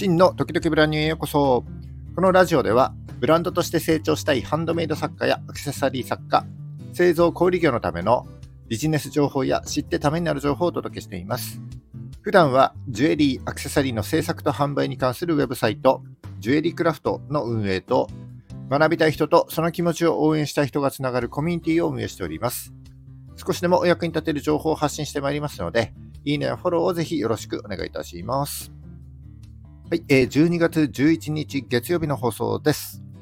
真の時々ブランニューへようこそ。このラジオではブランドとして成長したいハンドメイド作家やアクセサリー作家、製造小売業のためのビジネス情報や知ってためになる情報をお届けしています。普段はジュエリー、アクセサリーの制作と販売に関するウェブサイト、ジュエリークラフトの運営と、学びたい人とその気持ちを応援したい人がつながるコミュニティを運営しております。少しでもお役に立てる情報を発信してまいりますので、いいねやフォローをぜひよろしくお願いいたします。はい、12月11日月曜日の放送です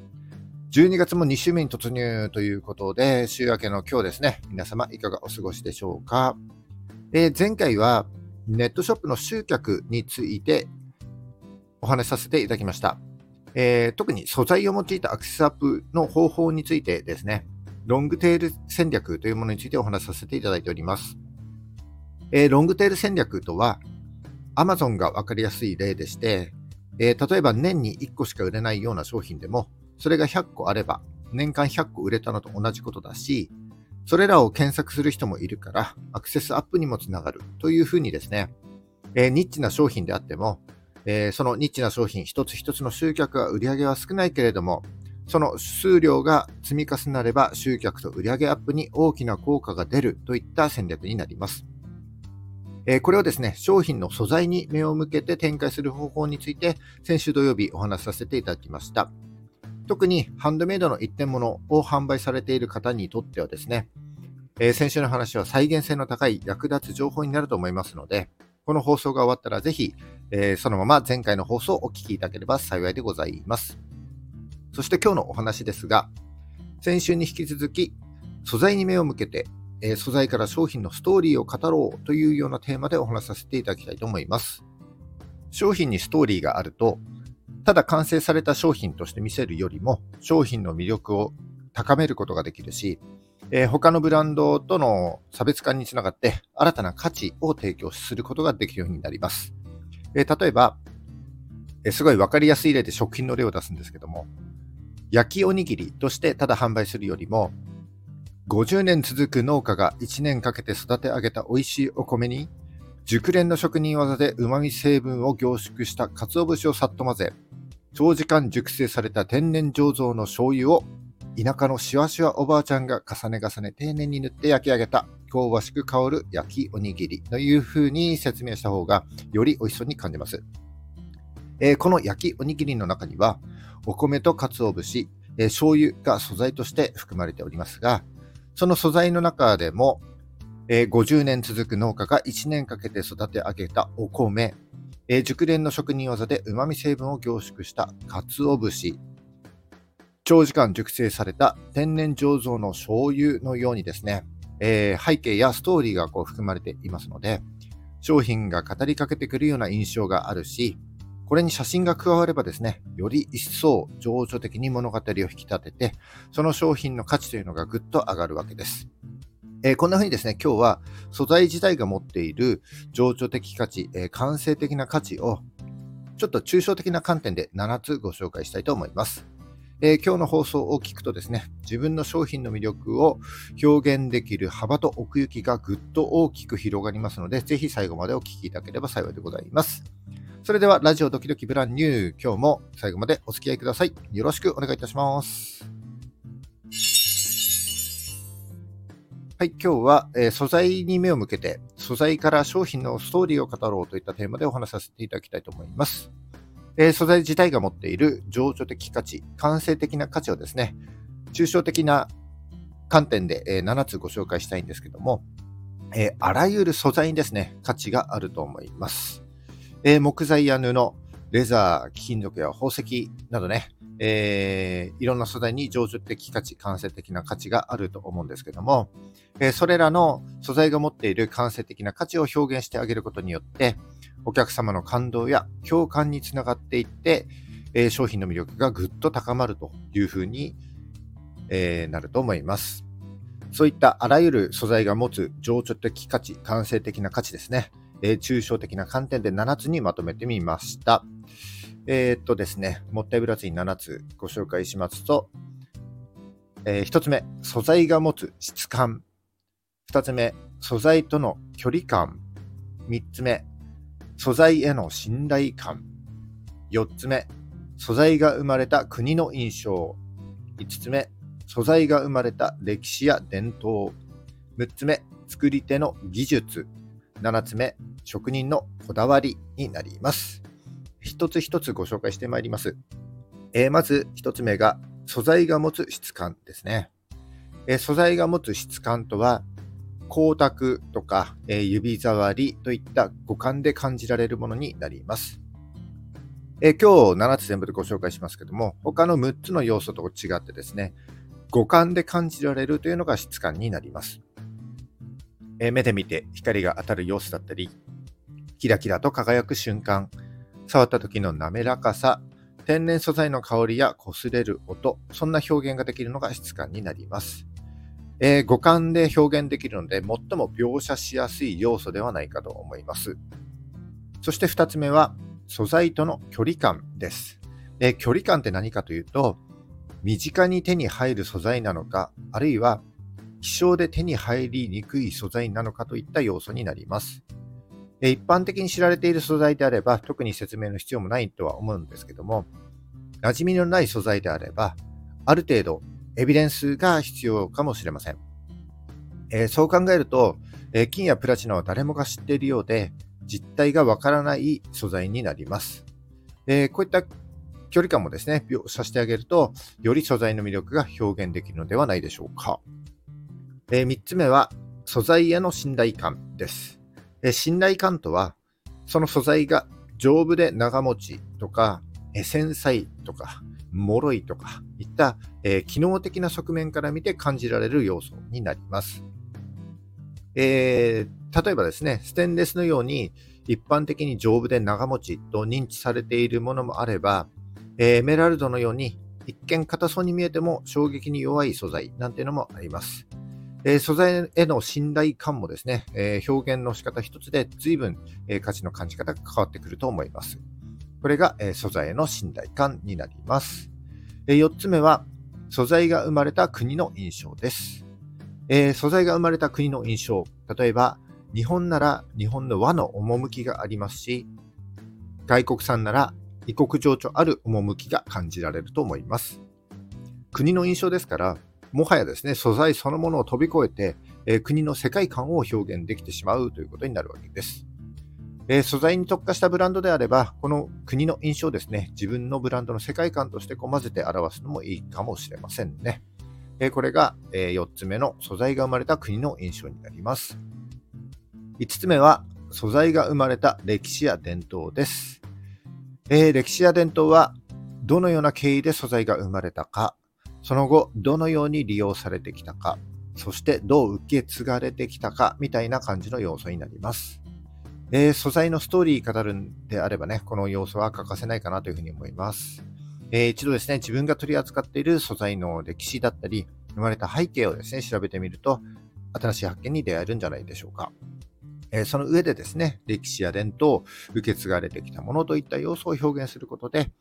。12月も2週目に突入ということで、週明けの今日ですね、皆様いかがお過ごしでしょうか。前回はネットショップの集客についてお話しさせていただきました。特に素材を用いたアクセスアップの方法についてですね、ロングテール戦略というものについてお話しさせていただいております。ロングテール戦略とは Amazon が分かりやすい例でして、例えば年に1個しか売れないような商品でも、それが100個あれば年間100個売れたのと同じことだし、それらを検索する人もいるからアクセスアップにもつながるというふうにですね、ニッチな商品であっても、そのニッチな商品一つ一つの集客は売り上げは少ないけれども、その数量が積み重なれば集客と売り上げアップに大きな効果が出るといった戦略になります。これをですね、商品の素材に目を向けて展開する方法について先週土曜日お話しさせていただきました。特にハンドメイドの一点物を販売されている方にとってはですね、先週の話は再現性の高い役立つ情報になると思いますので、この放送が終わったらぜひ、そのまま前回の放送をお聞きいただければ幸いでございます。そして今日のお話ですが、先週に引き続き素材に目を向けて素材から商品のストーリーを語ろうというようなテーマでお話しさせていただきたいと思います。商品にストーリーがあると、ただ完成された商品として見せるよりも商品の魅力を高めることができるし、他のブランドとの差別化につながって新たな価値を提供することができるようになります。例えば、すごい分かりやすい例で食品の例を出すんですけども、焼きおにぎりとしてただ販売するよりも、50年続く農家が1年かけて育て上げた美味しいお米に、熟練の職人技で旨味成分を凝縮した鰹節をさっと混ぜ、長時間熟成された天然醸造の醤油を田舎のしわしわおばあちゃんが重ね重ね丁寧に塗って焼き上げた香ばしく香る焼きおにぎりという風に説明した方がより美味しそうに感じます。この焼きおにぎりの中にはお米と鰹節、醤油が素材として含まれておりますが、その素材の中でも、50年続く農家が1年かけて育て上げたお米、熟練の職人技で旨味成分を凝縮した鰹節、長時間熟成された天然醸造の醤油のようにですね、背景やストーリーが含まれていますので、商品が語りかけてくるような印象があるし、これに写真が加わればですね、より一層情緒的に物語を引き立てて、その商品の価値というのがぐっと上がるわけです。こんな風にですね、今日は素材自体が持っている情緒的価値、感性的な価値をちょっと抽象的な観点で7つご紹介したいと思います。今日の放送を聞くとですね、自分の商品の魅力を表現できる幅と奥行きがぐっと大きく広がりますので、ぜひ最後までお聞きいただければ幸いでございます。それではラジオドキドキブランニュー、今日も最後までお付き合いください。よろしくお願いいたします。はい、今日は、素材に目を向けて素材から商品のストーリーを語ろうといったテーマでお話しさせていただきたいと思います。素材自体が持っている情緒的価値、感性的な価値をですね、抽象的な観点で、7つご紹介したいんですけども、あらゆる素材にですね、価値があると思います。木材や布、レザー、貴金属や宝石などね、いろんな素材に情緒的価値、感性的な価値があると思うんですけども、それらの素材が持っている感性的な価値を表現してあげることによって、お客様の感動や共感につながっていって、商品の魅力がぐっと高まるというふうに、なると思います。そういったあらゆる素材が持つ情緒的価値、感性的な価値ですね、抽象的な観点で7つにまとめてみました。ですね、もったいぶらずに7つご紹介しますと、1つ目、素材が持つ質感。2つ目、素材との距離感。3つ目、素材への信頼感。 4つ目、素材が生まれた国の印象。5つ目、素材が生まれた歴史や伝統。6つ目、作り手の技術。7つ目、職人のこだわりになります。一つ一つご紹介してまいります。まず1つ目が素材が持つ質感ですね。素材が持つ質感とは、光沢とか、指触りといった五感で感じられるものになります。今日7つ全部でご紹介しますけども、他の6つの要素と違ってですね、五感で感じられるというのが質感になります。目で見て光が当たる様子だったり、キラキラと輝く瞬間、触った時の滑らかさ、天然素材の香りや擦れる音、そんな表現ができるのが質感になります。五感で表現できるので、最も描写しやすい要素ではないかと思います。そして2つ目は、素材との距離感です。距離感って何かというと、身近に手に入る素材なのか、あるいは希少で手に入りにくい素材なのかといった要素になります。一般的に知られている素材であれば、特に説明の必要もないとは思うんですけども、馴染みのない素材であれば、ある程度エビデンスが必要かもしれません。そう考えると、金やプラチナは誰もが知っているようで、実態がわからない素材になります。こういった距離感もですね、描写してあげると、より素材の魅力が表現できるのではないでしょうか。3つ目は、素材への信頼感です。信頼感とは、その素材が丈夫で長持ちとか、繊細とか、脆いとかいった、機能的な側面から見て感じられる要素になります。例えばですね、ステンレスのように一般的に丈夫で長持ちと認知されているものもあれば、エメラルドのように一見硬そうに見えても衝撃に弱い素材なんていうのもあります。素材への信頼感もですね、表現の仕方一つで随分、価値の感じ方が変わってくると思います。これが、素材への信頼感になります。4つ目は、素材が生まれた国の印象です。素材が生まれた国の印象。例えば、日本なら日本の和の趣がありますし、外国産なら異国情緒ある趣が感じられると思います。国の印象ですから、もはやですね、素材そのものを飛び越えて、国の世界観を表現できてしまうということになるわけです。素材に特化したブランドであれば、この国の印象をですね、自分のブランドの世界観として混ぜて表すのもいいかもしれませんね。これが、4つ目の素材が生まれた国の印象になります。5つ目は、素材が生まれた歴史や伝統です。歴史や伝統は、どのような経緯で素材が生まれたか、その後、どのように利用されてきたか、そしてどう受け継がれてきたか、みたいな感じの要素になります。素材のストーリー語るんであればね、この要素は欠かせないかなというふうに思います。一度ですね、自分が取り扱っている素材の歴史だったり、生まれた背景をですね、調べてみると、新しい発見に出会えるんじゃないでしょうか。その上でですね、歴史や伝統、受け継がれてきたものといった要素を表現することで、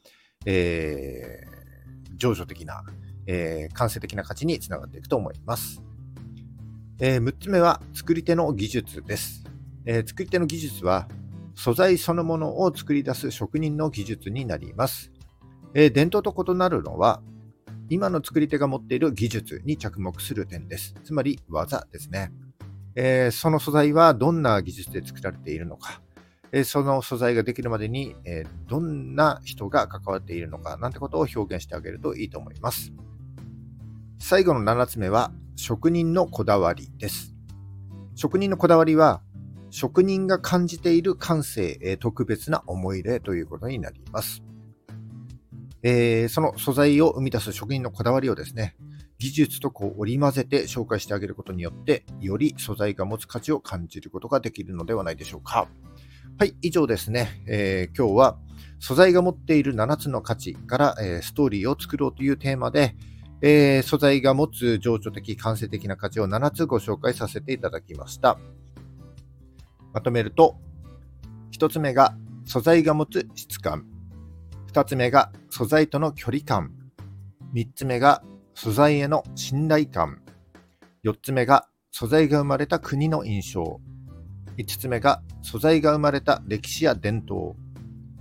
情緒的な、感性的な価値につながっていくと思います。6つ目は、作り手の技術です。作り手の技術は素材そのものを作り出す職人の技術になります。伝統と異なるのは今の作り手が持っている技術に着目する点です。つまり技ですね。その素材はどんな技術で作られているのか、その素材ができるまでに、どんな人が関わっているのかなんてことを表現してあげるといいと思います。最後の7つ目は職人のこだわりです。職人のこだわりは職人が感じている感性、特別な思い入れということになります。その素材を生み出す職人のこだわりをですね、技術と織り交ぜて紹介してあげることによって、より素材が持つ価値を感じることができるのではないでしょうか。はい、以上ですね。今日は素材が持っている7つの価値から、ストーリーを作ろうというテーマで、素材が持つ情緒的、感性的な価値を7つご紹介させていただきました。まとめると、1つ目が素材が持つ質感、2つ目が素材との距離感、3つ目が素材への信頼感、4つ目が素材が生まれた国の印象、5つ目が素材が生まれた歴史や伝統、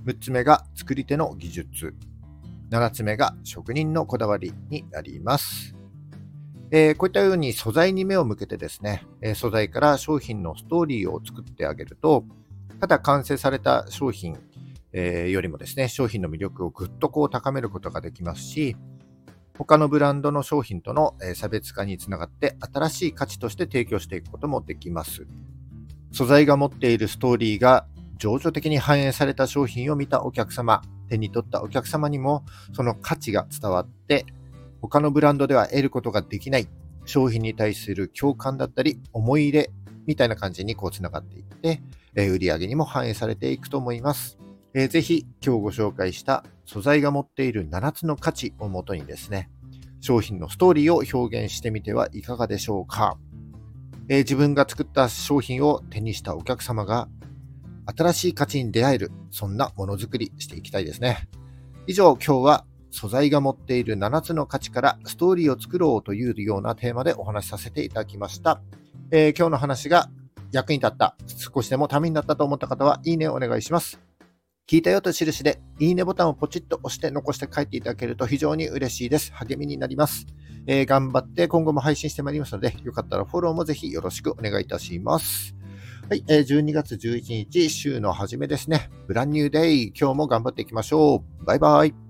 6つ目が作り手の技術。7つ目が職人のこだわりになります。こういったように素材に目を向けてですね、素材から商品のストーリーを作ってあげると、ただ完成された商品、よりもですね、商品の魅力をぐっと高めることができますし、他のブランドの商品との差別化につながって新しい価値として提供していくこともできます。素材が持っているストーリーが情緒的に反映された商品を見たお客様、手に取ったお客様にもその価値が伝わって、他のブランドでは得ることができない商品に対する共感だったり思い入れみたいな感じにつながっていって、売上にも反映されていくと思います。ぜひ今日ご紹介した素材が持っている7つの価値をもとにですね、商品のストーリーを表現してみてはいかがでしょうか。自分が作った商品を手にしたお客様が新しい価値に出会える、そんなものづくりしていきたいですね。以上、今日は素材が持っている7つの価値からストーリーを作ろうというようなテーマでお話しさせていただきました。今日の話が役に立った、少しでもためになったと思った方はいいねをお願いします。聞いたよと印でいいねボタンをポチッと押して残して帰っていただけると非常に嬉しいです。励みになります。頑張って今後も配信してまいりますので、よかったらフォローもぜひよろしくお願いいたします。はい、12月11日週の初めですね。ブランニューデイ。今日も頑張っていきましょう。バイバイ。